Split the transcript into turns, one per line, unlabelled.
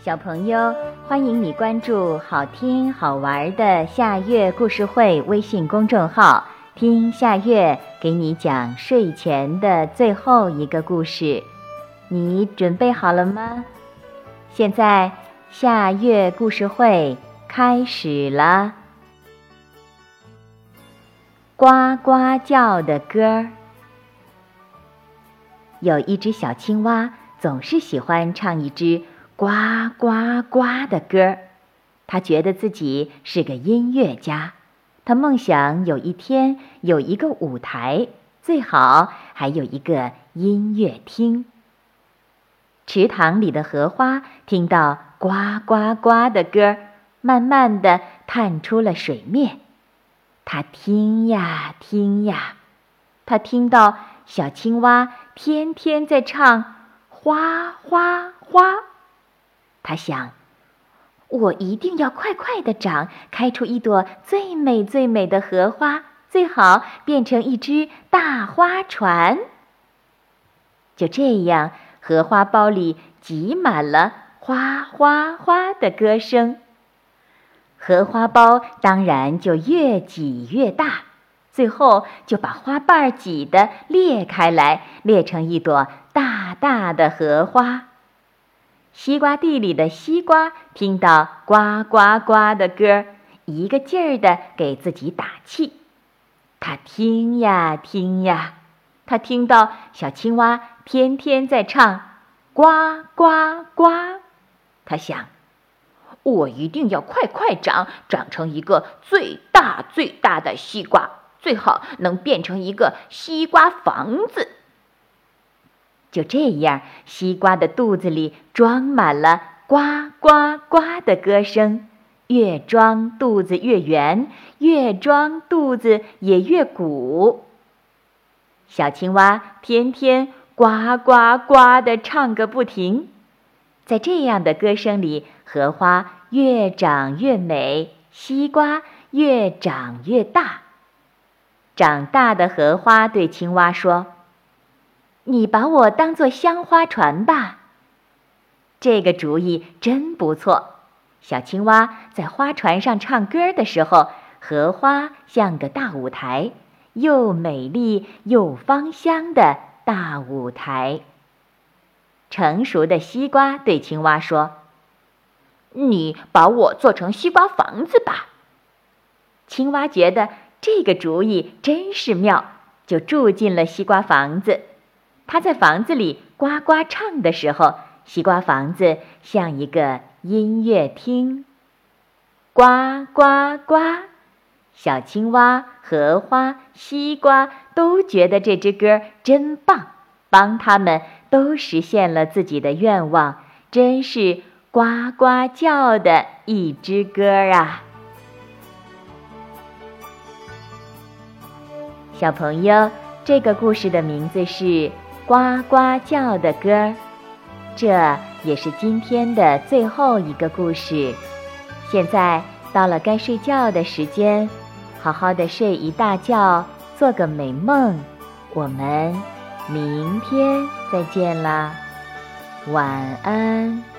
小朋友，欢迎你关注好听好玩的夏月故事会微信公众号，听夏月给你讲睡前的最后一个故事。你准备好了吗？现在夏月故事会开始了。呱呱叫的歌。有一只小青蛙，总是喜欢唱一支呱呱呱的歌，他觉得自己是个音乐家，他梦想有一天有一个舞台，最好还有一个音乐厅。池塘里的荷花听到呱呱呱的歌，慢慢地探出了水面。他听呀听呀，他听到小青蛙天天在唱花花花。他想，我一定要快快地长，开出一朵最美最美的荷花，最好变成一只大花船。就这样，荷花苞里挤满了哗哗哗的歌声，荷花苞当然就越挤越大，最后就把花瓣挤得裂开来，裂成一朵大大的荷花。西瓜地里的西瓜听到呱呱呱的歌，一个劲儿地给自己打气。他听呀听呀，他听到小青蛙天天在唱呱呱呱。他想，我一定要快快长，长成一个最大最大的西瓜，最好能变成一个西瓜房子。就这样，西瓜的肚子里装满了呱呱呱的歌声，越装肚子越圆，越装肚子也越鼓。小青蛙天天呱呱呱地唱个不停。在这样的歌声里，荷花越长越美，西瓜越长越大。长大的荷花对青蛙说，你把我当作香花船吧。这个主意真不错。小青蛙在花船上唱歌的时候，荷花像个大舞台，又美丽又芳香的大舞台。成熟的西瓜对青蛙说，你把我做成西瓜房子吧。青蛙觉得这个主意真是妙，就住进了西瓜房子。他在房子里呱呱唱的时候，西瓜房子像一个音乐厅。呱呱呱，小青蛙、荷花、西瓜都觉得这支歌真棒，帮他们都实现了自己的愿望，真是呱呱叫的一支歌啊！小朋友，这个故事的名字是呱呱叫的歌，这也是今天的最后一个故事。现在到了该睡觉的时间，好好的睡一大觉，做个美梦。我们明天再见啦，晚安。